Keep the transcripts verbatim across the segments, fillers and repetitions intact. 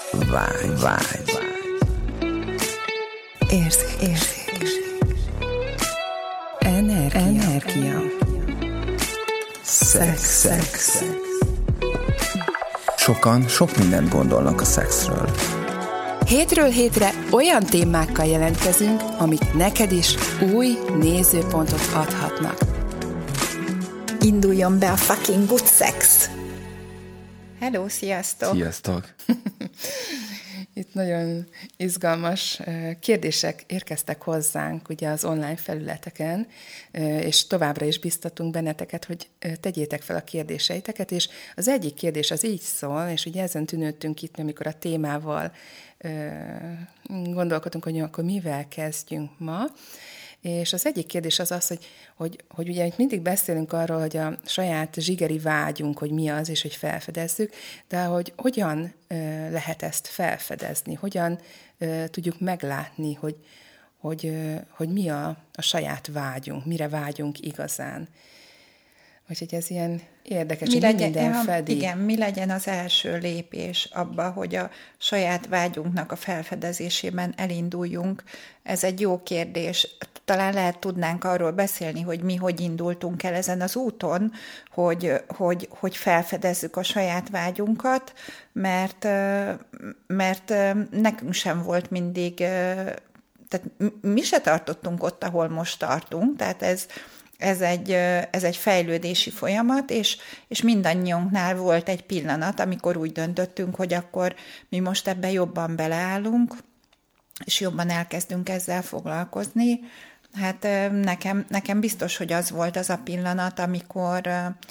Vágy, vágy, érzék, érzék. Energia, energia. Szex, szex. Sokan sok mindent gondolnak a szexről. Hétről hétre olyan témákkal jelentkezünk, amik neked is új nézőpontot adhatnak. Induljon be a fucking good sex! Hello, sziasztok! Sziasztok! Itt nagyon izgalmas kérdések érkeztek hozzánk ugye az online felületeken, és továbbra is biztatunk benneteket, hogy tegyétek fel a kérdéseiteket, és az egyik kérdés az így szól, és ugye ezen tűnődtünk itt, amikor a témával gondolkodunk, hogy akkor mivel kezdjünk ma. És az egyik kérdés az az, hogy, hogy, hogy ugye itt mindig beszélünk arról, hogy a saját zsigeri vágyunk, hogy mi az, és hogy felfedezzük, de hogy hogyan lehet ezt felfedezni, hogyan tudjuk meglátni, hogy, hogy, hogy mi a, a saját vágyunk, mire vágyunk igazán. Úgyhogy ez ilyen érdekes, mi hogy legyen, minden ja, fedi. Igen, mi legyen az első lépés abba, hogy a saját vágyunknak a felfedezésében elinduljunk. Ez egy jó kérdés. Talán lehet tudnánk arról beszélni, hogy mi hogy indultunk el ezen az úton, hogy, hogy, hogy felfedezzük a saját vágyunkat, mert, mert nekünk sem volt mindig, tehát mi se tartottunk ott, ahol most tartunk, tehát ez Ez egy, ez egy fejlődési folyamat, és, és mindannyiunknál volt egy pillanat, amikor úgy döntöttünk, hogy akkor mi most ebbe jobban beleállunk, és jobban elkezdünk ezzel foglalkozni. Hát nekem, nekem biztos, hogy az volt az a pillanat, amikor,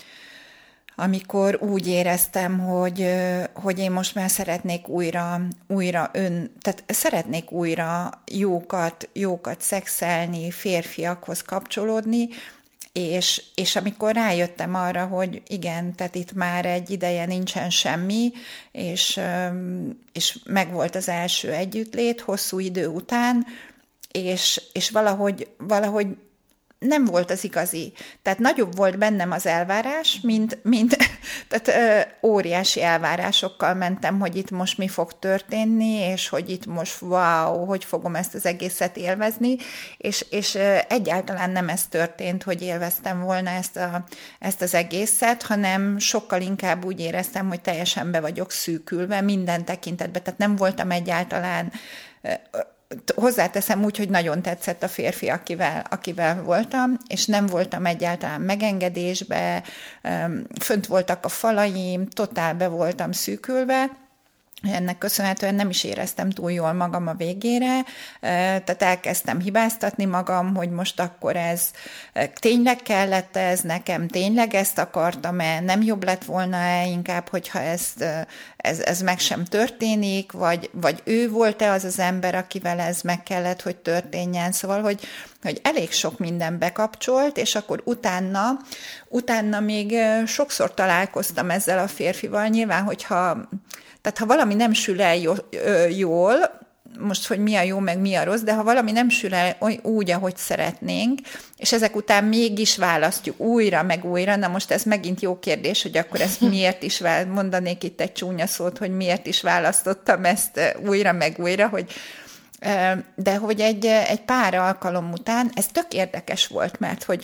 amikor úgy éreztem, hogy, hogy én most már szeretnék újra, újra ön, tehát szeretnék újra jókat, jókat szexelni, férfiakhoz kapcsolódni, És, és amikor rájöttem arra, hogy igen, tehát itt már egy ideje nincsen semmi, és, és megvolt az első együttlét hosszú idő után, és, és valahogy, valahogy nem volt az igazi. Tehát nagyobb volt bennem az elvárás, mint, mint tehát ö, óriási elvárásokkal mentem, hogy itt most mi fog történni, és hogy itt most wow, hogy fogom ezt az egészet élvezni, és, és ö, egyáltalán nem ez történt, hogy élveztem volna ezt, a, ezt az egészet, hanem sokkal inkább úgy éreztem, hogy teljesen be vagyok szűkülve minden tekintetben, tehát nem voltam egyáltalán ö, hozzáteszem úgy, hogy nagyon tetszett a férfi, akivel, akivel voltam, és nem voltam egyáltalán megengedésbe, fönt voltak a falaim, totál be voltam szűkülve, ennek köszönhetően nem is éreztem túl jól magam a végére, tehát elkezdtem hibáztatni magam, hogy most akkor ez tényleg kellett ez nekem, tényleg ezt akartam-e, nem jobb lett volna-e inkább, hogyha ezt, ez, ez meg sem történik, vagy, vagy ő volt-e az az ember, akivel ez meg kellett, hogy történjen, szóval, hogy, hogy elég sok minden bekapcsolt, és akkor utána, utána még sokszor találkoztam ezzel a férfival, nyilván, hogyha Tehát ha valami nem sül el jól, most, hogy mi a jó, meg mi a rossz, de ha valami nem sül el úgy, ahogy szeretnénk, és ezek után mégis választjuk újra, meg újra, na most ez megint jó kérdés, hogy akkor ezt miért is választottam, mondanék itt egy csúnya szót, hogy miért is választottam ezt újra, meg újra, hogy de hogy egy, egy pár alkalom után, ez tök érdekes volt, mert hogy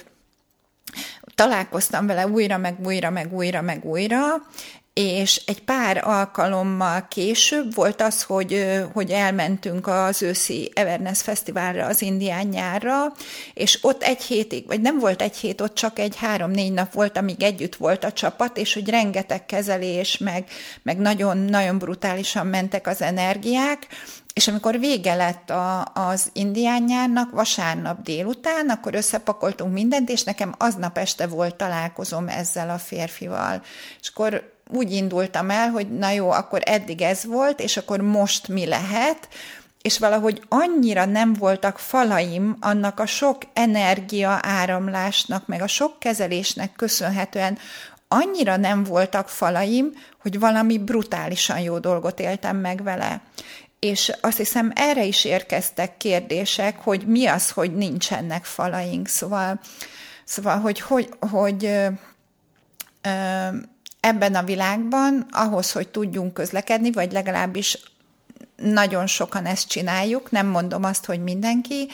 találkoztam vele újra, meg újra, meg újra, meg újra, és egy pár alkalommal később volt az, hogy, hogy elmentünk az őszi Everness Fesztiválra, az indián nyárra, és ott egy hétig, vagy nem volt egy hét, ott csak egy három-négy nap volt, amíg együtt volt a csapat, és hogy rengeteg kezelés, meg, meg nagyon, nagyon brutálisan mentek az energiák, és amikor vége lett a, az indián nyárnak, vasárnap délután, akkor összepakoltunk mindent, és nekem aznap este volt találkozom ezzel a férfival. És akkor úgy indultam el, hogy na jó, akkor eddig ez volt, és akkor most mi lehet, és valahogy annyira nem voltak falaim annak a sok energia áramlásnak, meg a sok kezelésnek köszönhetően, annyira nem voltak falaim, hogy valami brutálisan jó dolgot éltem meg vele. És azt hiszem, erre is érkeztek kérdések, hogy mi az, hogy nincsenek falaink. Szóval, szóval hogy, hogy, hogy ö, ö, ebben a világban ahhoz, hogy tudjunk közlekedni, vagy legalábbis nagyon sokan ezt csináljuk, nem mondom azt, hogy mindenki,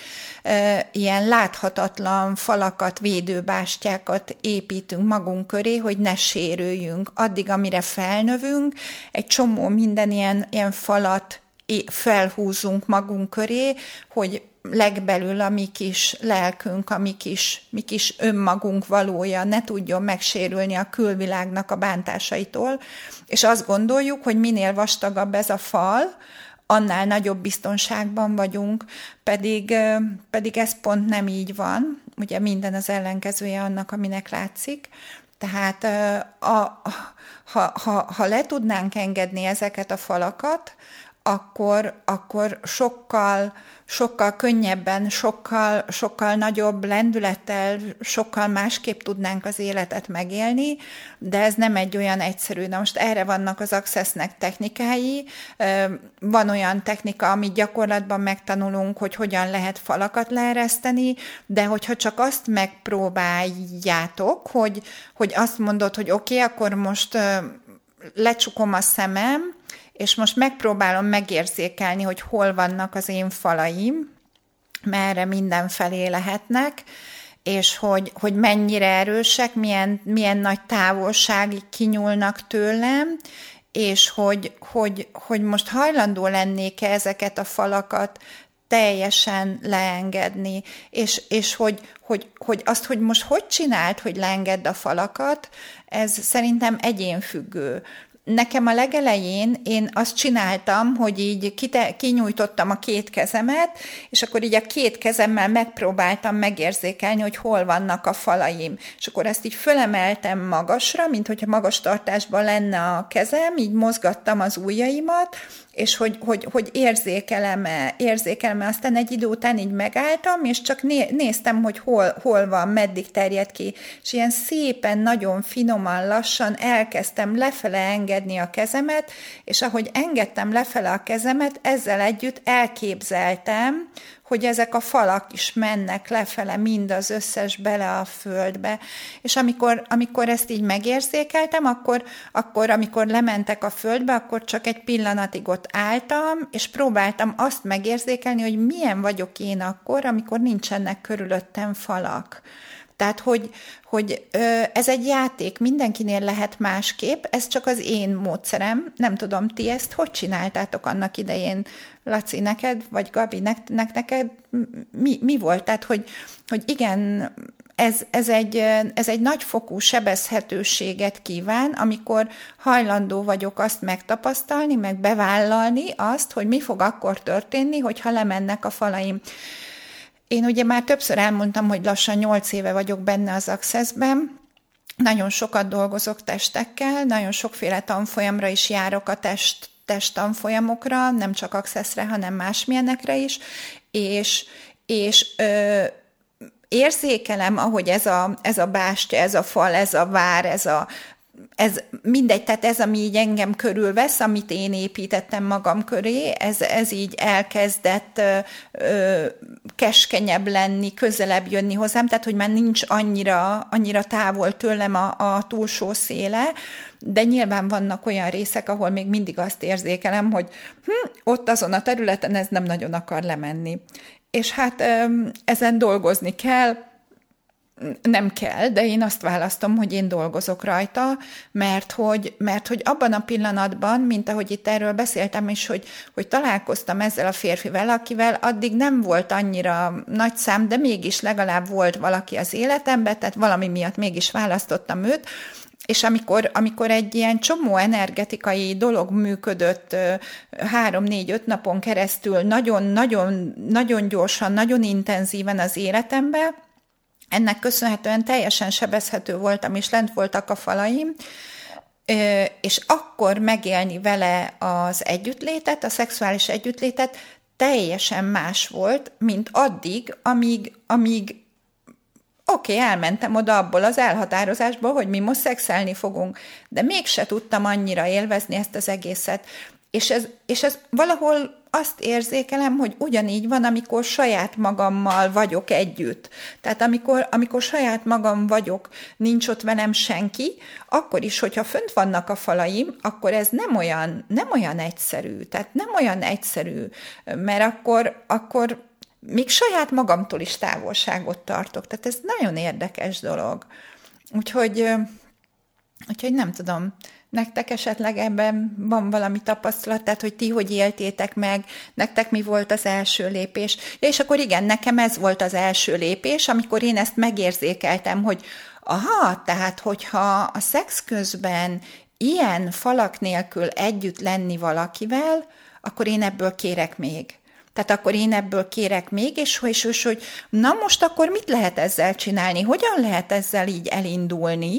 ilyen láthatatlan falakat, védőbástyákat építünk magunk köré, hogy ne sérüljünk. Addig, amire felnövünk, egy csomó minden ilyen, ilyen falat felhúzunk magunk köré, hogy legbelül a mi kis lelkünk, a mi kis, mi kis önmagunk valója ne tudjon megsérülni a külvilágnak a bántásaitól, és azt gondoljuk, hogy minél vastagabb ez a fal, annál nagyobb biztonságban vagyunk, pedig, pedig ez pont nem így van, ugye minden az ellenkezője annak, aminek látszik. Tehát a, a, ha, ha, ha le tudnánk engedni ezeket a falakat, akkor, akkor sokkal, sokkal könnyebben, sokkal, sokkal nagyobb lendülettel, sokkal másképp tudnánk az életet megélni, de ez nem egy olyan egyszerű. Na most erre vannak az Accessnek technikái, van olyan technika, amit gyakorlatban megtanulunk, hogy hogyan lehet falakat leereszteni, de hogyha csak azt megpróbáljátok, hogy, hogy azt mondod, hogy oké, okay, akkor most lecsukom a szemem, és most megpróbálom megérzékelni, hogy hol vannak az én falaim, merre mindenfelé lehetnek, és hogy, hogy mennyire erősek, milyen, milyen nagy távolságig kinyúlnak tőlem, és hogy, hogy, hogy most hajlandó lennék-e ezeket a falakat teljesen leengedni, és, és hogy, hogy, hogy azt, hogy most hogy csináld, hogy leengedd a falakat, ez szerintem egyénfüggő. Nekem a legelején én azt csináltam, hogy így kite, kinyújtottam a két kezemet, és akkor így a két kezemmel megpróbáltam megérzékelni, hogy hol vannak a falaim. És akkor ezt így fölemeltem magasra, mint hogyha magas tartásban lenne a kezem, így mozgattam az ujjaimat, és hogy, hogy, hogy érzékelem-e, érzékelem-e, aztán egy idő után így megálltam, és csak né, néztem, hogy hol, hol van, meddig terjed ki, és ilyen szépen, nagyon finoman, lassan elkezdtem lefele engedni a kezemet, és ahogy engedtem lefele a kezemet, ezzel együtt elképzeltem, hogy ezek a falak is mennek lefele, mind az összes bele a földbe. És amikor, amikor ezt így megérzékeltem, akkor, akkor amikor lementek a földbe, akkor csak egy pillanatig ott álltam, és próbáltam azt megérzékelni, hogy milyen vagyok én akkor, amikor nincsenek körülöttem falak. Tehát, hogy, hogy ez egy játék, mindenkinél lehet másképp, ez csak az én módszerem, nem tudom, ti ezt hogy csináltátok annak idején, Laci, neked, vagy Gabi, nek, neked mi, mi volt? Tehát, hogy, hogy igen, ez, ez, egy, ez egy nagyfokú sebezhetőséget kíván, amikor hajlandó vagyok azt megtapasztalni, meg bevállalni azt, hogy mi fog akkor történni, hogyha lemennek a falaim. Én ugye már többször elmondtam, hogy lassan nyolc éve vagyok benne az Accessben, nagyon sokat dolgozok testekkel, nagyon sokféle tanfolyamra is járok a test, testtanfolyamokra, nem csak Accessre, hanem másmilyenekre is, és, és ö, érzékelem, ahogy ez a, ez a bástya, ez a fal, ez a vár, ez a ez mindegy, tehát ez, ami így engem körülvesz, amit én építettem magam köré, ez, ez így elkezdett ö, ö, keskenyebb lenni, közelebb jönni hozzám, tehát hogy már nincs annyira, annyira távol tőlem a, a túlsó széle, de nyilván vannak olyan részek, ahol még mindig azt érzékelem, hogy hm, ott azon a területen ez nem nagyon akar lemenni. És hát ö, ezen dolgozni kell, nem kell, de én azt választom, hogy én dolgozok rajta, mert hogy, mert hogy abban a pillanatban, mint ahogy itt erről beszéltem is, hogy, hogy találkoztam ezzel a férfivel, akivel addig nem volt annyira nagy szám, de mégis legalább volt valaki az életemben, tehát valami miatt mégis választottam őt, és amikor, amikor egy ilyen csomó energetikai dolog működött három-négy-öt napon keresztül nagyon-nagyon nagyon gyorsan, nagyon intenzíven az életemben, ennek köszönhetően teljesen sebezhető voltam, és lent voltak a falaim, és akkor megélni vele az együttlétet, a szexuális együttlétet teljesen más volt, mint addig, amíg, amíg oké, okay, elmentem oda abból az elhatározásból, hogy mi most szexelni fogunk, de mégse tudtam annyira élvezni ezt az egészet. És ez, és ez valahol azt érzékelem, hogy ugyanígy van, amikor saját magammal vagyok együtt. Tehát amikor, amikor saját magam vagyok, nincs ott velem senki, akkor is, hogyha fönt vannak a falaim, akkor ez nem olyan, nem olyan egyszerű. Tehát nem olyan egyszerű, mert akkor, akkor még saját magamtól is távolságot tartok. Tehát ez nagyon érdekes dolog. Úgyhogy, úgyhogy nem tudom, nektek esetleg ebben van valami tapasztalat, tehát hogy ti hogy éltétek meg, nektek mi volt az első lépés. Ja, és akkor igen, nekem ez volt az első lépés, amikor én ezt megérzékeltem, hogy aha, tehát hogyha a szex közben ilyen falak nélkül együtt lenni valakivel, akkor én ebből kérek még. Tehát akkor én ebből kérek még, és, és, és hogy na most akkor mit lehet ezzel csinálni, hogyan lehet ezzel így elindulni,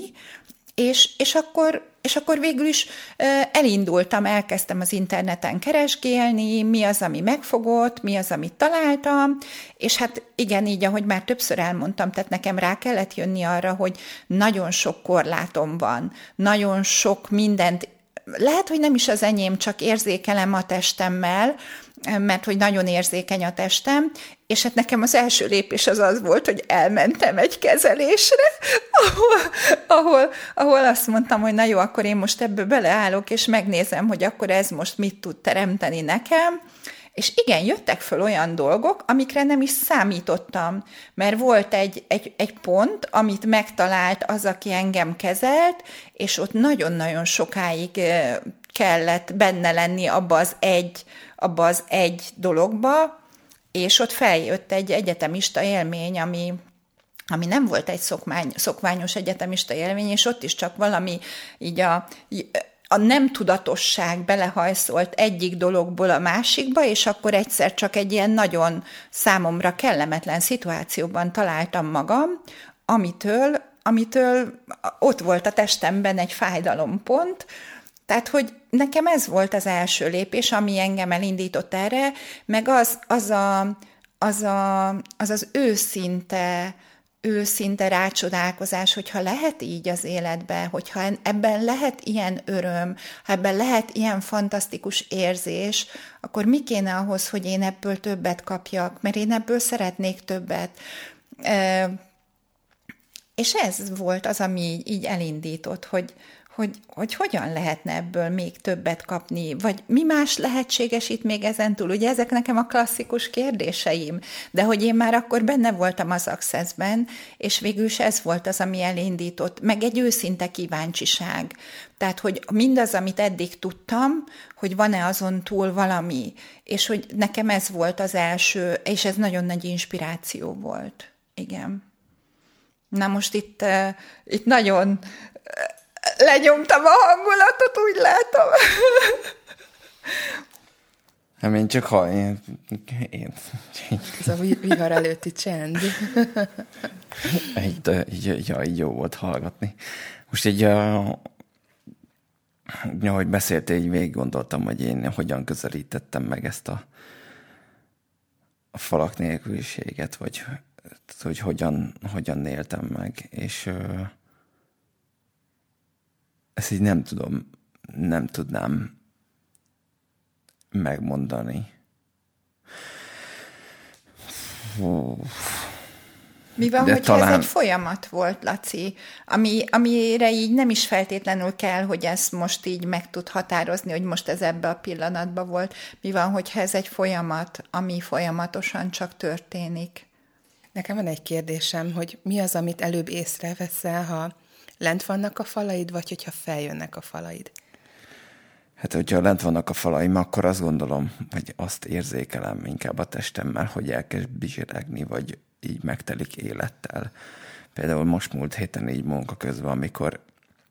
és, és, akkor, és akkor végül is elindultam, elkezdtem az interneten keresgélni, mi az, ami megfogott, mi az, amit találtam, és hát igen, így, ahogy már többször elmondtam, tehát nekem rá kellett jönni arra, hogy nagyon sok korlátom van, nagyon sok mindent, lehet, hogy nem is az enyém, csak érzékelem a testemmel, mert hogy nagyon érzékeny a testem, és hát nekem az első lépés az az volt, hogy elmentem egy kezelésre, ahol, ahol, ahol azt mondtam, hogy na jó, akkor én most ebből beleállok, és megnézem, hogy akkor ez most mit tud teremteni nekem, és igen, jöttek föl olyan dolgok, amikre nem is számítottam, mert volt egy, egy, egy pont, amit megtalált az, aki engem kezelt, és ott nagyon-nagyon sokáig kellett benne lenni abba az egy, abba az egy dologba, és ott feljött egy egyetemista élmény, ami, ami nem volt egy szokmány, szokványos egyetemista élmény, és ott is csak valami így a, a nem tudatosság belehajszolt egyik dologból a másikba, és akkor egyszer csak egy ilyen nagyon számomra kellemetlen szituációban találtam magam, amitől, amitől ott volt a testemben egy fájdalompont. Tehát, hogy nekem ez volt az első lépés, ami engem elindított erre, meg az az, a, az, a, az, az őszinte, őszinte rácsodálkozás, hogyha lehet így az életben, hogyha ebben lehet ilyen öröm, ha ebben lehet ilyen fantasztikus érzés, akkor mi kéne ahhoz, hogy én ebből többet kapjak, mert én ebből szeretnék többet. És ez volt az, ami így elindított, hogy Hogy, hogy hogyan lehetne ebből még többet kapni, vagy mi más lehetséges itt még ezentúl. Ugye ezek nekem a klasszikus kérdéseim, de hogy én már akkor benne voltam az Accessben, és végül is ez volt az, ami elindított, meg egy őszinte kíváncsiság. Tehát, hogy mindaz, amit eddig tudtam, hogy van-e azon túl valami, és hogy nekem ez volt az első, és ez nagyon nagy inspiráció volt. Igen. Na most itt, uh, itt nagyon... lenyomtam a hangulatot, úgy látom. Nem, én csak ha... Én, én, Ez a vihar előtti csend. Egy, így, ja, így jó volt hallgatni. Most így, uh, ahogy beszéltél, így végig gondoltam, hogy én hogyan közelítettem meg ezt a, a falak nélküliséget, vagy hogy hogyan, hogyan éltem meg, és... Uh, ezt így nem tudom, nem tudnám megmondani. Mi van, de hogyha talán... ez egy folyamat volt, Laci, ami, amire így nem is feltétlenül kell, hogy ezt most így meg tud határozni, hogy most ez ebbe a pillanatban volt. Mi van, hogyha ez egy folyamat, ami folyamatosan csak történik? Nekem van egy kérdésem, hogy mi az, amit előbb észreveszel, ha lent vannak a falaid, vagy hogyha feljönnek a falaid? Hát, hogyha lent vannak a falaim, akkor azt gondolom, hogy azt érzékelem inkább a testemmel, hogy elkezd bizsiregni, vagy így megtelik élettel. Például most múlt héten így munka közben, amikor,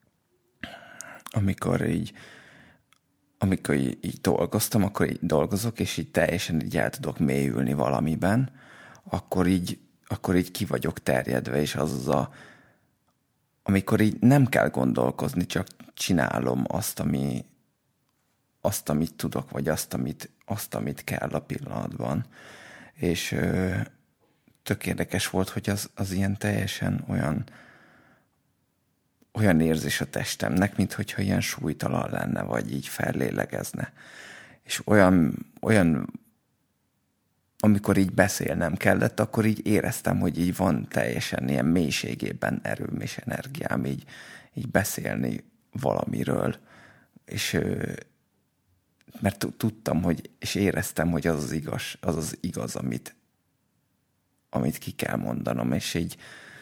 amikor így amikor így, így dolgoztam, akkor így dolgozok, és így teljesen így el tudok mélyülni valamiben, akkor így, akkor így ki vagyok terjedve, és az az a amikor így nem kell gondolkozni, csak csinálom azt, ami, azt, amit tudok, vagy azt, amit, azt, amit kell a pillanatban. És ö, tök érdekes volt, hogy az, az ilyen teljesen olyan olyan érzés a testemnek, minthogyha ilyen súlytalan lenne, vagy így fellélegezne. És olyan, olyan, amikor így beszélnem kellett, akkor így éreztem, hogy így van teljesen ilyen mélységében erőm és energiám így, így beszélni valamiről. És mert tudtam, hogy, és éreztem, hogy az az igaz, az, az igaz amit, amit ki kell mondanom, és így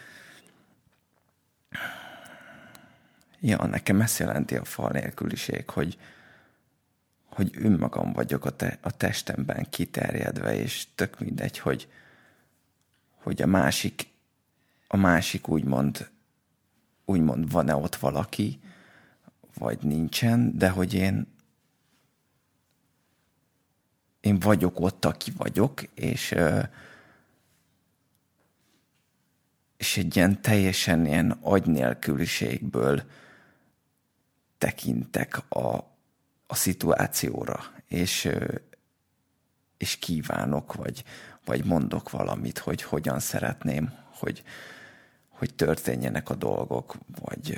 ja, nekem ezt jelenti a fal nélküliség, hogy, hogy önmagam vagyok a, te, a testemben kiterjedve, és tök mindegy, hogy, hogy a másik, a másik úgymond, úgymond van-e ott valaki, vagy nincsen, de hogy én én vagyok ott, aki vagyok, és, és egy ilyen teljesen ilyen agynélküliségből tekintek a, a szituációra, és, és kívánok, vagy, vagy mondok valamit, hogy hogyan szeretném, hogy, hogy történjenek a dolgok, vagy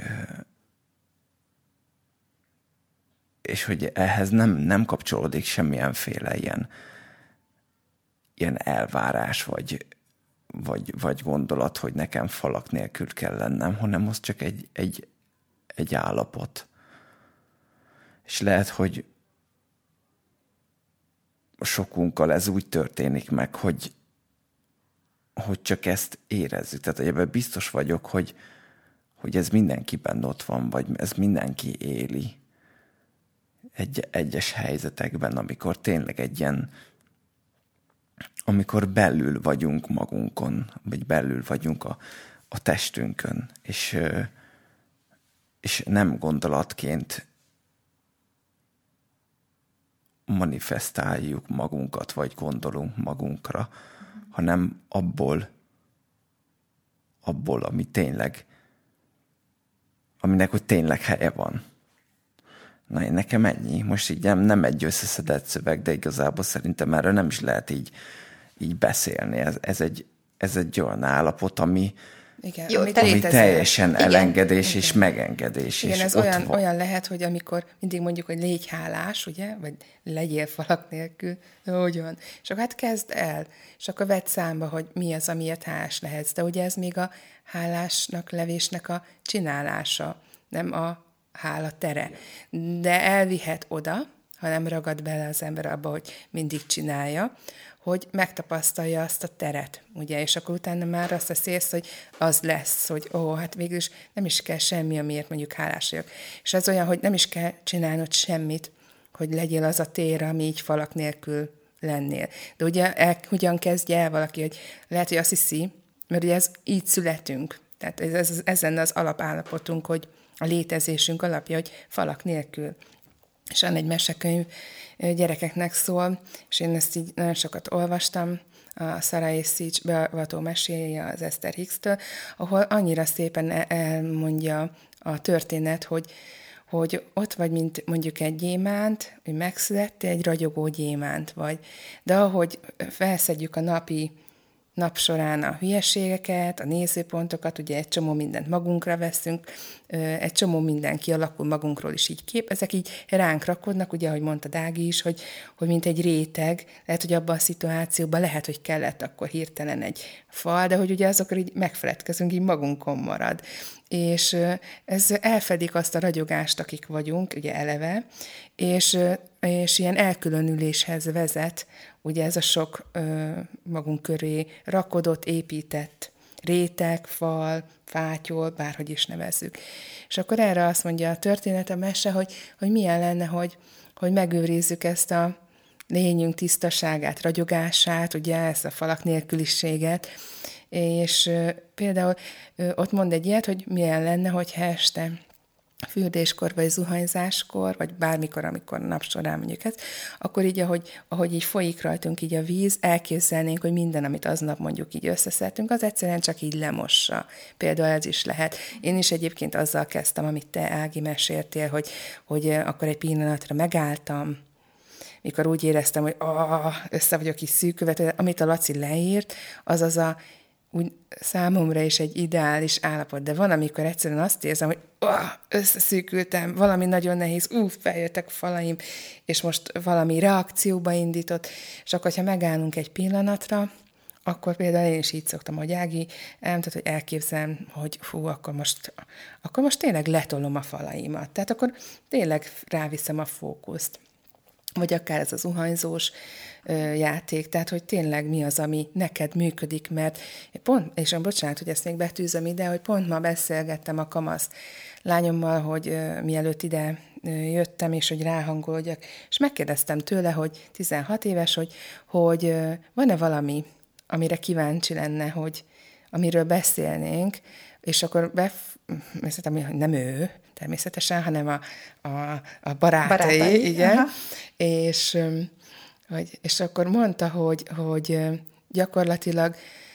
és hogy ehhez nem, nem kapcsolódik semmilyenféle ilyen, ilyen elvárás, vagy, vagy, vagy gondolat, hogy nekem falak nélkül kell lennem, hanem az csak egy, egy, egy állapot. És lehet, hogy sokunkkal ez úgy történik meg, hogy, hogy csak ezt érezzük. Tehát ebben biztos vagyok, hogy, hogy ez mindenkiben ott van, vagy ez mindenki éli. Egy, egyes helyzetekben, amikor tényleg egy ilyen, amikor belül vagyunk magunkon, vagy belül vagyunk a, a testünkön, és, és nem gondolatként manifestáljuk magunkat, vagy gondolunk magunkra, hanem abból, abból, ami tényleg, aminek hogy tényleg helye van. Na, én nekem ennyi. Most így nem, nem egy összeszedett szöveg, de igazából szerintem erről nem is lehet így, így beszélni. Ez, ez, egy, ez egy olyan állapot, ami, igen, Jó, ami teljesen igen. elengedés igen. és igen. megengedés. Igen, és ez ott olyan, van. olyan lehet, hogy amikor mindig mondjuk, hogy légy hálás, ugye, vagy legyél falak nélkül, úgy van. És akkor hát kezd el, és akkor vedd számba, hogy mi az, amiért hálás lehetsz. De ugye ez még a hálásnak levésnek a csinálása, nem a hála tere. De elvihet oda, ha nem ragad bele az ember abba, hogy mindig csinálja, hogy megtapasztalja azt a teret, ugye, és akkor utána már azt a ész, hogy az lesz, hogy ó, hát végülis nem is kell semmi, amiért mondjuk hálás vagyok. És ez olyan, hogy nem is kell csinálnod semmit, hogy legyél az a tér, ami így falak nélkül lennél. De ugye el, hogyan kezdje el valaki, hogy lehet, hogy azt hiszi, mert ugye ez így születünk. Tehát ez, ez, ez lenne az alapállapotunk, hogy a létezésünk alapja, hogy falak nélkül. És van egy mesekönyv, gyerekeknek szól, és én ezt így nagyon sokat olvastam, a Sarah és Szics beavató meséje az Esther Hicks-től, ahol annyira szépen elmondja a történet, hogy, hogy ott vagy, mint mondjuk egy gyémánt, hogy megszülettél, egy ragyogó gyémánt vagy. De ahogy felszedjük a napi nap során a hülyeségeket, a nézőpontokat, ugye egy csomó mindent magunkra veszünk, egy csomó minden kialakul magunkról is így kép, ezek így ránk rakodnak, ugye, ahogy mondta Dági is, hogy, hogy mint egy réteg, lehet, hogy abban a szituációban lehet, hogy kellett akkor hirtelen egy fal, de hogy ugye azokról így megfeledkezünk, így magunkon marad. És ez elfedik azt a ragyogást, akik vagyunk, ugye eleve, és, és ilyen elkülönüléshez vezet, ugye ez a sok ö, magunk köré rakodott, épített réteg, fal, fátyol, bárhogy is nevezzük. És akkor erre azt mondja a történet, a mese, hogy, hogy milyen lenne, hogy, hogy megőrizzük ezt a lényünk tisztaságát, ragyogását, ugye ezt a falak nélküliséget, és ö, például ö, ott mond egy ilyet, hogy milyen lenne, hogyha este fürdéskor, vagy zuhanyzáskor, vagy bármikor, amikor nap során mondjuk ez, akkor így, ahogy, ahogy így folyik rajtunk így a víz, elképzelnénk, hogy minden, amit aznap mondjuk így összeszedtünk, az egyszerűen csak így lemossa. Például ez is lehet. Én is egyébként azzal kezdtem, amit te, Ági, meséltél, hogy, hogy akkor egy pillanatra megálltam, mikor úgy éreztem, hogy ah, össze vagyok is szűkülve, amit a Laci leírt, az az a úgy számomra is egy ideális állapot, de van, amikor egyszerűen azt érzem, hogy oh, összeszűkültem, valami nagyon nehéz, ú, feljöttek a falaim, és most valami reakcióba indított, és akkor, ha megállunk egy pillanatra, akkor például én is így szoktam, hogy Ági elmondtad, hogy elképzelem, hogy fú, akkor most, akkor most tényleg letolom a falaimat. Tehát akkor tényleg ráviszem a fókuszt. Vagy akár ez az zuhanyzós ö, játék, tehát hogy tényleg mi az, ami neked működik, mert pont, és bocsánat, hogy ezt még betűzöm ide, hogy pont ma beszélgettem a kamasz lányommal, hogy ö, mielőtt ide ö, jöttem, és hogy ráhangolódjak, és megkérdeztem tőle, hogy tizenhat éves, hogy, hogy ö, van-e valami, amire kíváncsi lenne, hogy amiről beszélnénk, és akkor bef... hogy nem ő, természetesen, hanem a, a, a barátai, barátai, igen. És, hogy, és akkor mondta, hogy, hogy gyakorlatilag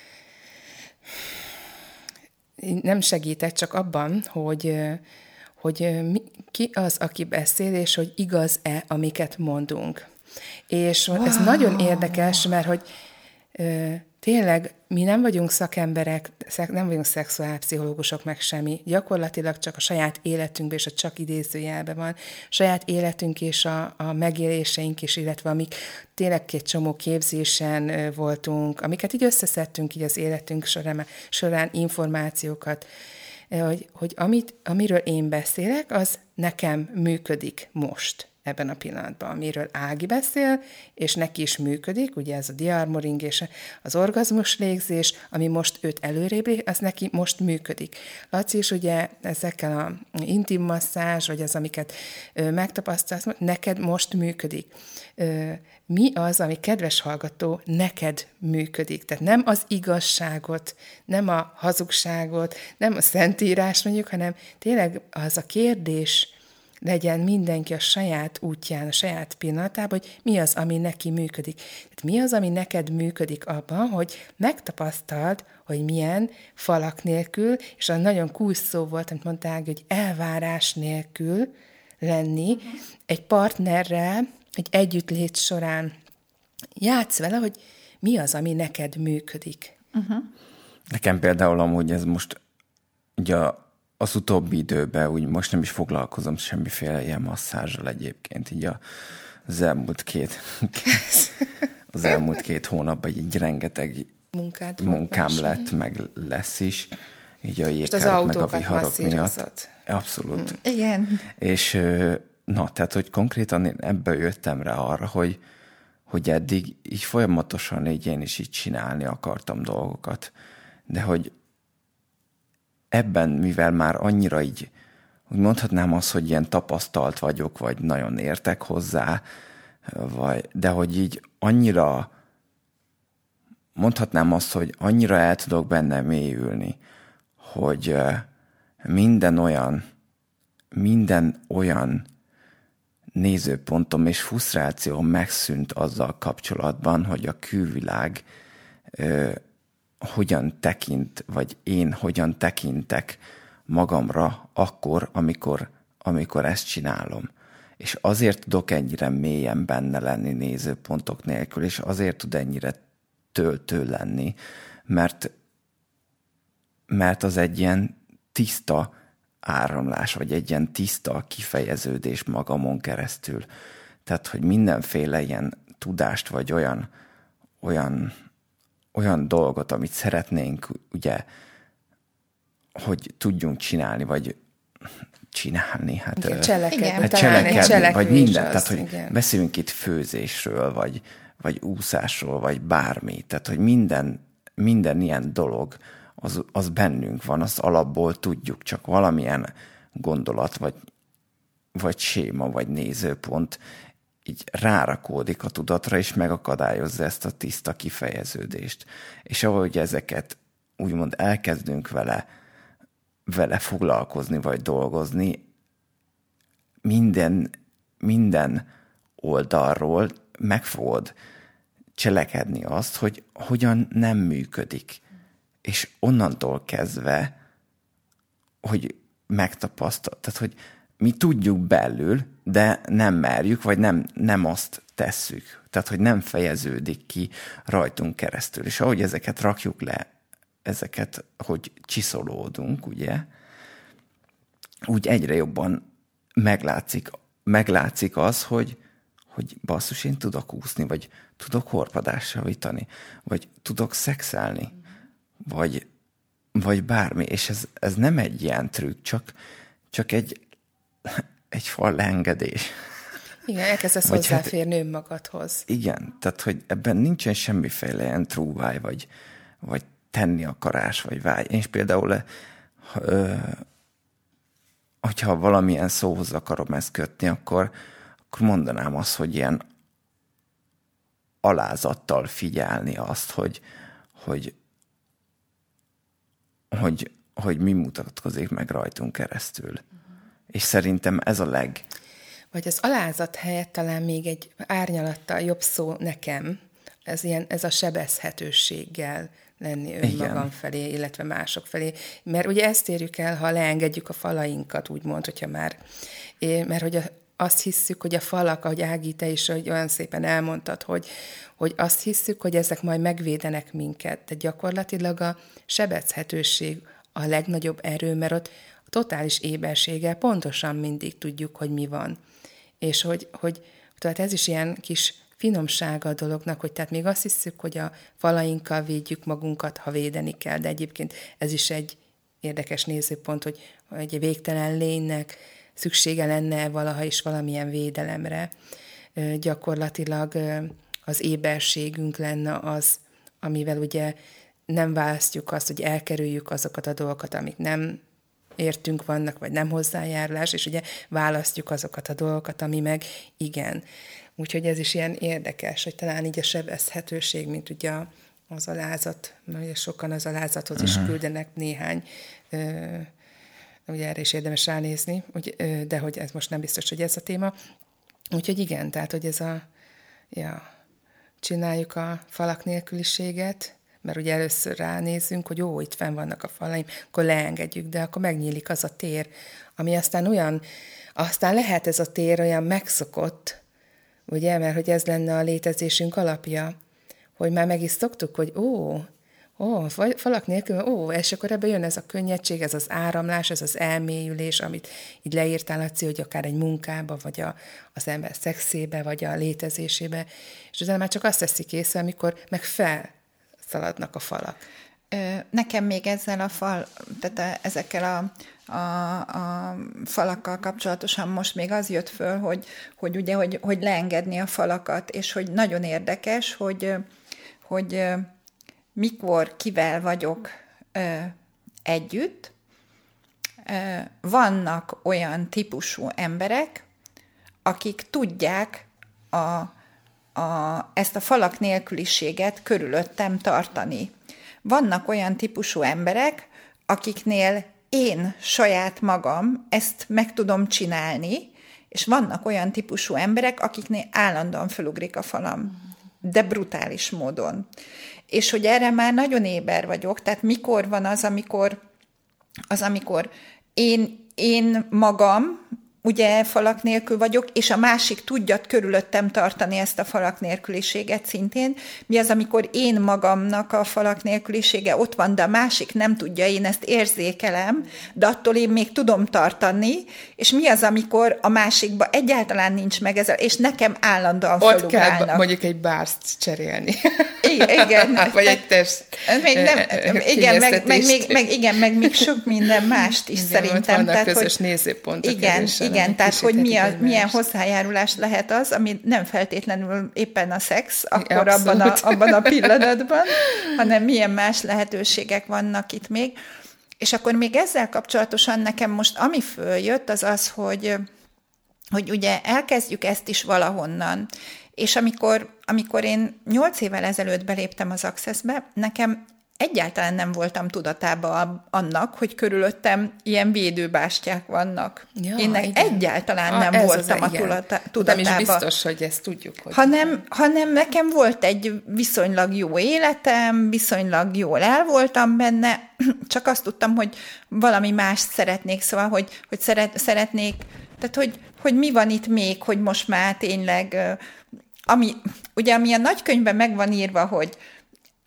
nem segített csak abban, hogy, hogy ki az, aki beszél, és hogy igaz-e, amiket mondunk. És wow. Ez nagyon érdekes, mert hogy tényleg mi nem vagyunk szakemberek, nem vagyunk szexuálpszichológusok, meg semmi. Gyakorlatilag csak a saját életünkben, és a csak idézőjelben van, saját életünk és a, a megéléseink is, illetve amik tényleg egy csomó képzésen voltunk, amiket így összeszedtünk így az életünk során, során információkat, hogy, hogy amit, amiről én beszélek, az nekem működik most. Ebben a pillanatban, amiről Ági beszél, és neki is működik, ugye ez a diarmoring és az orgazmus légzés, ami most őt előrébb, az neki most működik. Laci is ugye ezekkel a intim masszázs, vagy az, amiket ö, megtapasztalsz, neked most működik. Ö, mi az, ami, kedves hallgató, neked működik? Tehát nem az igazságot, nem a hazugságot, nem a szentírás mondjuk, hanem tényleg az a kérdés, legyen mindenki a saját útján, a saját pillanatában, hogy mi az, ami neki működik. Tehát mi az, ami neked működik abban, hogy megtapasztald, hogy milyen falak nélkül, és a nagyon kulcs szó volt, amit mondták, hogy elvárás nélkül lenni uh-huh. egy partnerrel, egy együttlét során. Játsz vele, hogy mi az, ami neked működik. Uh-huh. Nekem például amúgy ez most ugye az utóbbi időben úgy most nem is foglalkozom semmiféle ilyen masszázsal egyébként, így az elmúlt két, az elmúlt két hónapban így rengeteg Munkád munkám volt, lett, meg lesz is, így a jéghárok, meg a viharok miatt. Abszolút. Mm, igen. És na, tehát, hogy konkrétan én ebből jöttem rá arra, hogy, hogy eddig így folyamatosan így én is így csinálni akartam dolgokat, de hogy ebben, mivel már annyira így, úgy mondhatnám azt, hogy ilyen tapasztalt vagyok, vagy nagyon értek hozzá, vagy, de hogy így annyira, mondhatnám azt, hogy annyira el tudok benne mélyülni, hogy minden olyan, minden olyan nézőpontom és frusztrációm megszűnt azzal kapcsolatban, hogy a külvilág hogyan tekint, vagy én hogyan tekintek magamra akkor, amikor, amikor ezt csinálom. És azért tudok ennyire mélyen benne lenni nézőpontok nélkül, és azért tud ennyire töltő lenni, mert, mert az egy ilyen tiszta áramlás, vagy egy ilyen tiszta kifejeződés magamon keresztül. Tehát, hogy mindenféle ilyen tudást, vagy olyan, olyan olyan dolgot, amit szeretnénk, ugye, hogy tudjunk csinálni, vagy csinálni, hát, igen, cselekedni, hát cselekedni vagy minden. Az, tehát, hogy igen. beszélünk itt főzésről, vagy, vagy úszásról, vagy bármi. Tehát, hogy minden, minden ilyen dolog, az, az bennünk van, azt alapból tudjuk, csak valamilyen gondolat, vagy, vagy séma, vagy nézőpont így rárakódik a tudatra, és megakadályozza ezt a tiszta kifejeződést. És ahogy ezeket úgymond elkezdünk vele, vele foglalkozni, vagy dolgozni, minden, minden oldalról meg fogod cselekedni azt, hogy hogyan nem működik. És onnantól kezdve, hogy megtapasztal, tehát, hogy mi tudjuk belül, de nem merjük, vagy nem, nem azt tesszük. Tehát, hogy nem fejeződik ki rajtunk keresztül. És ahogy ezeket rakjuk le ezeket, hogy csiszolódunk, ugye, úgy egyre jobban meglátszik, meglátszik az, hogy, hogy basszus, én tudok úszni, vagy tudok horpadást javítani, vagy tudok szexelni, vagy, vagy bármi. És ez, ez nem egy ilyen trükk, csak, csak egy, egy fal leengedés. Igen, elkezdesz hozzáférni hát, önmagadhoz. Igen, tehát, hogy ebben nincsen semmiféle ilyen trúváj, vagy, vagy tenni akarás, vagy vágy. Én is például, ö, hogyha valamilyen szóhoz akarom ezt kötni, akkor, akkor mondanám azt, hogy ilyen alázattal figyelni azt, hogy, hogy, hogy, hogy mi mutatkozik meg rajtunk keresztül. Uh-huh. És szerintem ez a leg... Vagy az alázat helyett talán még egy árnyalattal jobb szó nekem, ez, ilyen, ez a sebezhetőséggel lenni önmagam Igen. felé, illetve mások felé. Mert ugye ezt érjük el, ha leengedjük a falainkat, úgymond, hogyha már... Mert hogy a, azt hisszük, hogy a falak, ahogy Ági, te is hogy olyan szépen elmondtad, hogy, hogy azt hisszük, hogy ezek majd megvédenek minket, de gyakorlatilag a sebezhetőség a legnagyobb erő, mert ott a totális éberséggel pontosan mindig tudjuk, hogy mi van. És hogy, hogy tehát ez is ilyen kis finomsága a dolognak, hogy tehát még azt hiszük, hogy a falainkkal védjük magunkat, ha védeni kell, de egyébként ez is egy érdekes nézőpont, hogy egy végtelen lénynek szüksége lenne valaha is valamilyen védelemre. Gyakorlatilag az éberségünk lenne az, amivel ugye nem választjuk azt, hogy elkerüljük azokat a dolgokat, amik nem értünk vannak, vagy nem hozzájárulás, és ugye választjuk azokat a dolgokat, ami meg igen. Úgyhogy ez is ilyen érdekes, hogy talán így a sebezhetőség, mint ugye az alázat, mert sokan az alázathoz uh-huh. is küldenek néhány, ö, ugye erre is érdemes ránézni, úgy, ö, de hogy ez most nem biztos, hogy ez a téma. Úgyhogy igen, tehát, hogy ez a, ja, csináljuk a falak nélküliséget, mert ugye először ránézzünk, hogy ó, itt fenn vannak a falaim, akkor leengedjük, de akkor megnyílik az a tér, ami aztán olyan, aztán lehet ez a tér olyan megszokott, ugye, mert hogy ez lenne a létezésünk alapja, hogy már meg is szoktuk, hogy ó, ó, falak nélkül, ó, és akkor ebbe jön ez a könnyedség, ez az áramlás, ez az elmélyülés, amit így leírtál, Laci, hogy akár egy munkába, vagy a, az ember szexébe, vagy a létezésébe, és utána már csak azt teszik észre, amikor meg fel szaladnak a falak. Nekem még ezzel a fal, tehát ezekkel a, a, a falakkal kapcsolatosan most még az jött föl, hogy, hogy ugye, hogy, hogy leengedni a falakat, és hogy nagyon érdekes, hogy, hogy mikor, kivel vagyok együtt, vannak olyan típusú emberek, akik tudják a A, ezt a falak nélküliséget körülöttem tartani. Vannak olyan típusú emberek, akiknél én saját magam ezt meg tudom csinálni, és vannak olyan típusú emberek, akiknél állandóan felugrik a falam, de brutális módon. És hogy erre már nagyon éber vagyok, tehát mikor van az, amikor, az, amikor én, én magam, ugye falak nélkül vagyok, és a másik tudja körülöttem tartani ezt a falak nélküliséget szintén. Mi az, amikor én magamnak a falak nélkülisége ott van, de a másik nem tudja, én ezt érzékelem, de attól én még tudom tartani, és mi az, amikor a másikba egyáltalán nincs meg ez, és nekem állandóan felugrálnak. Ott kell mondjuk egy bárszt cserélni. Igen. igen. Vagy egy test. Még nem, igen, meg, meg, meg, meg, igen, meg még sok minden mást is igen, szerintem. Vannak tehát, közös hogy, nézőpontok. Igen, igen, tehát hogy milyen, milyen hozzájárulás lehet az, ami nem feltétlenül éppen a szex, akkor abban a, abban a pillanatban, hanem milyen más lehetőségek vannak itt még. És akkor még ezzel kapcsolatosan nekem most ami följött, az az, hogy, hogy ugye elkezdjük ezt is valahonnan, és amikor, amikor én nyolc évvel ezelőtt beléptem az Accessbe, nekem egyáltalán nem voltam tudatában annak, hogy körülöttem ilyen védőbástyák vannak. Ja, én egyáltalán a, nem voltam a tudatában. Nem is biztos, hogy ezt tudjuk. Hogy hanem, hanem nekem volt egy viszonylag jó életem, viszonylag jól el voltam benne, csak azt tudtam, hogy valami mást szeretnék, szóval, hogy, hogy szeret, szeretnék, tehát hogy, hogy mi van itt még, hogy most már tényleg, ami, ugye ami a nagykönyvben meg van írva, hogy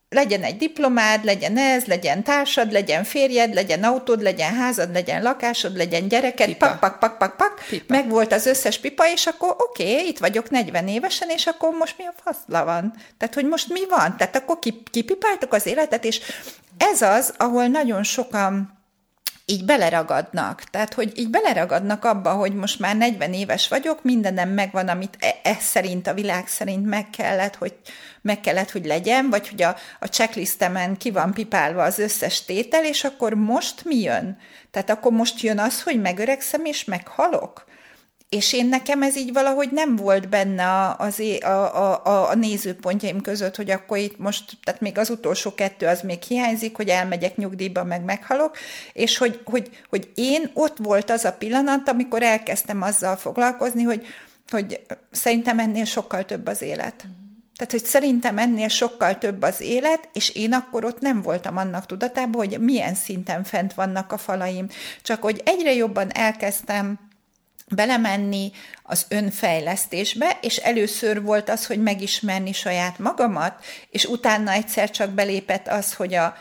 legyen egy diplomád, legyen ez, legyen társad, legyen férjed, legyen autód, legyen házad, legyen lakásod, legyen gyereked, pipa. pak, pak, pak, pak, pak, pipa. Meg volt az összes pipa, és akkor oké, okay, itt vagyok negyven évesen, és akkor most mi a faszla van? Tehát, hogy most mi van? Tehát akkor kipipáltuk az életet, és ez az, ahol nagyon sokan így beleragadnak. Tehát, hogy így beleragadnak abba, hogy most már negyven éves vagyok, mindenem megvan, amit ez szerint, a világ szerint meg kellett, hogy, meg kellett, hogy legyen, vagy hogy a, a checklistemen ki van pipálva az összes tétel, és akkor most mi jön? Tehát akkor most jön az, hogy megöregszem és meghalok? És én nekem ez így valahogy nem volt benne a, az, a, a, a nézőpontjaim között, hogy akkor itt most, tehát még az utolsó kettő az még hiányzik, hogy elmegyek nyugdíjba, meg meghalok, és hogy, hogy, hogy én ott volt az a pillanat, amikor elkezdtem azzal foglalkozni, hogy, hogy szerintem ennél sokkal több az élet. Tehát, hogy szerintem ennél sokkal több az élet, és én akkor ott nem voltam annak tudatában, hogy milyen szinten fent vannak a falaim. Csak hogy egyre jobban elkezdtem belemenni az önfejlesztésbe, és először volt az, hogy megismerni saját magamat, és utána egyszer csak belépett az, hogy a,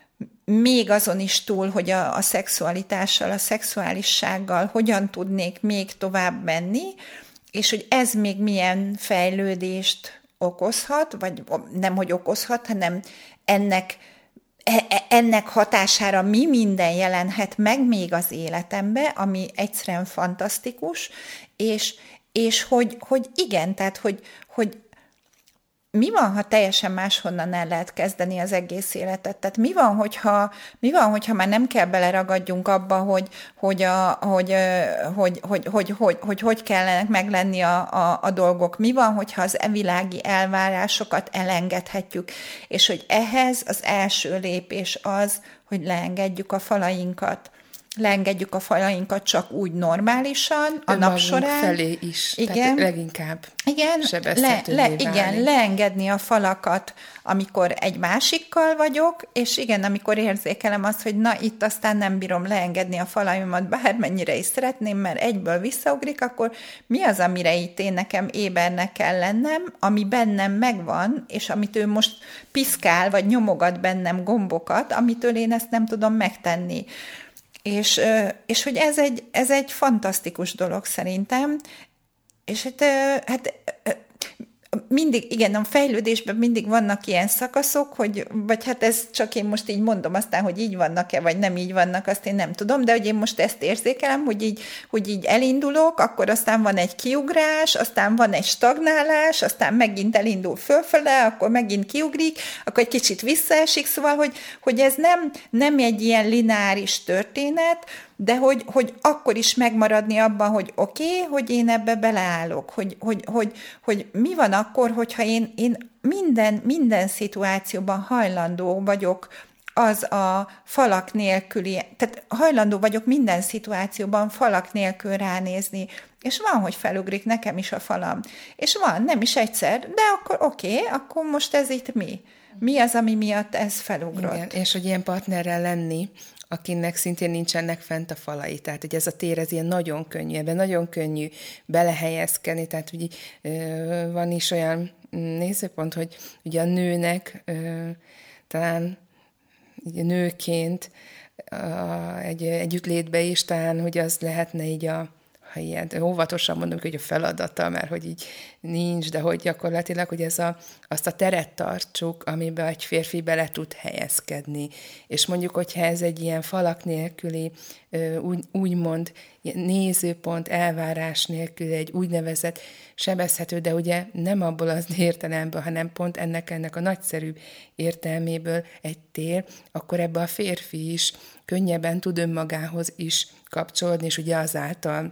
még azon is túl, hogy a, a szexualitással, a szexuálissággal hogyan tudnék még tovább menni, és hogy ez még milyen fejlődést okozhat, vagy nem, hogy okozhat, hanem ennek ennek hatására mi minden jelenhet meg még az életembe, ami egyszerűen fantasztikus, és, és hogy, hogy igen, tehát hogy, hogy mi van, ha teljesen máshonnan el lehet kezdeni az egész életet? Tehát mi van, hogyha, mi van, hogyha már nem kell beleragadjunk abba, hogy hogy, a, hogy, hogy, hogy, hogy, hogy, hogy, hogy kellene meglenni a, a, a dolgok? Mi van, hogyha az evilági elvárásokat elengedhetjük? És hogy ehhez az első lépés az, hogy leengedjük a falainkat. Leengedjük a falainkat csak úgy normálisan, a nap során. Felé is, igen, tehát leginkább igen, le, le, igen, leengedni a falakat, amikor egy másikkal vagyok, és igen, amikor érzékelem azt, hogy na, itt aztán nem bírom leengedni a falaimat, bármennyire is szeretném, mert egyből visszaugrik, akkor mi az, amire itt én nekem ébernek kell lennem, ami bennem megvan, és amit ő most piszkál, vagy nyomogat bennem gombokat, amitől én ezt nem tudom megtenni. És, és hogy ez egy, ez egy fantasztikus dolog szerintem, és hát, hát mindig, igen, a fejlődésben mindig vannak ilyen szakaszok, hogy, vagy hát ez csak én most így mondom, aztán, hogy így vannak-e, vagy nem így vannak, azt én nem tudom, de hogy én most ezt érzékelem, hogy így, hogy így elindulok, akkor aztán van egy kiugrás, aztán van egy stagnálás, aztán megint elindul fölfele, akkor megint kiugrik, akkor egy kicsit visszaesik, szóval, hogy, hogy ez nem, nem egy ilyen lineáris történet, de hogy, hogy akkor is megmaradni abban, hogy oké, okay, hogy én ebbe beleállok, hogy, hogy, hogy, hogy mi van akkor, hogyha én, én minden, minden szituációban hajlandó vagyok az a falak nélküli, tehát hajlandó vagyok minden szituációban falak nélkül ránézni, és van, hogy felugrik nekem is a falam, és van, nem is egyszer, de akkor oké, okay, akkor most ez itt mi? Mi az, ami miatt ez felugrott? Igen, és hogy ilyen partnerrel lenni, akinek szintén nincsenek fent a falai. Tehát, hogy ez a tér, ez ilyen nagyon könnyű, ebben nagyon könnyű belehelyezkedni, tehát ugye van is olyan nézőpont, hogy ugye a nőnek talán ugye nőként egy együttlétbe is talán, hogy az lehetne így a, ha ilyen óvatosan mondom, hogy a feladata, mert hogy így nincs, de hogy gyakorlatilag, hogy ez a, azt a teret tartsuk, amiben egy férfi bele tud helyezkedni. És mondjuk, hogyha ez egy ilyen falak nélküli, úgy, úgymond nézőpont, elvárás nélkül egy úgynevezett sebezhető, de ugye nem abból az értelemben, hanem pont ennek, ennek a nagyszerűbb értelméből egy tér, akkor ebbe a férfi is könnyebben tud önmagához is kapcsolódni, és ugye azáltal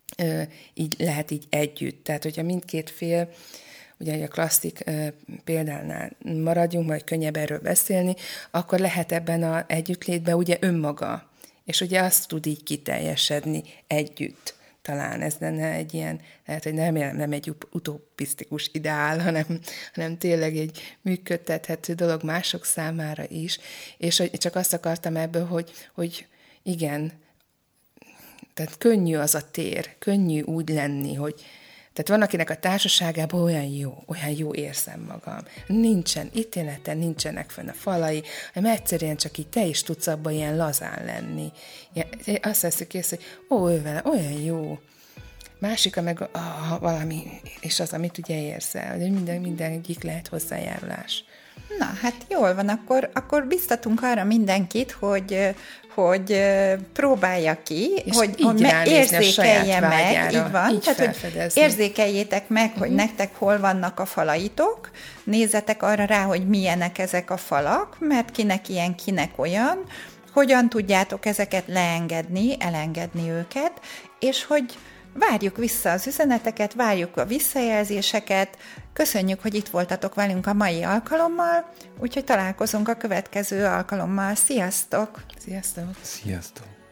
így lehet így együtt. Tehát, hogyha mindkét fél, ugye a klasszik példánál maradjunk, majd könnyebb erről beszélni, akkor lehet ebben az együttlétben ugye önmaga, és ugye azt tud így kiteljesedni együtt. Talán ez lenne egy ilyen, lehet, hogy nem, nem egy utopisztikus ideál, hanem, hanem tényleg egy működtethető dolog mások számára is. És csak azt akartam ebből, hogy, hogy igen, tehát könnyű az a tér, könnyű úgy lenni, hogy Tehát van, akinek a társaságában olyan jó, olyan jó érzem magam. Nincsen ítéleten, nincsenek fönn a falai, hanem egyszerűen csak így te is tudsz abban ilyen lazán lenni. Azt veszük észre, hogy ó, ő vele olyan jó. Másika meg ah, valami, és az, amit ugye érzel, hogy minden, minden egyik lehet hozzájárulás. Na, hát jól van, akkor, akkor biztatunk arra mindenkit, hogy, hogy próbálja ki, és hogy, hogy me- érzékelje meg, vágyára, így van, így tehát, hogy érzékeljétek meg, hogy uh-huh. nektek hol vannak a falaitok, nézzetek arra rá, hogy milyenek ezek a falak, mert kinek ilyen, kinek olyan, hogyan tudjátok ezeket leengedni, elengedni őket, és hogy várjuk vissza az üzeneteket, várjuk a visszajelzéseket, köszönjük, hogy itt voltatok velünk a mai alkalommal, úgyhogy találkozunk a következő alkalommal. Sziasztok! Sziasztok! Sziasztok!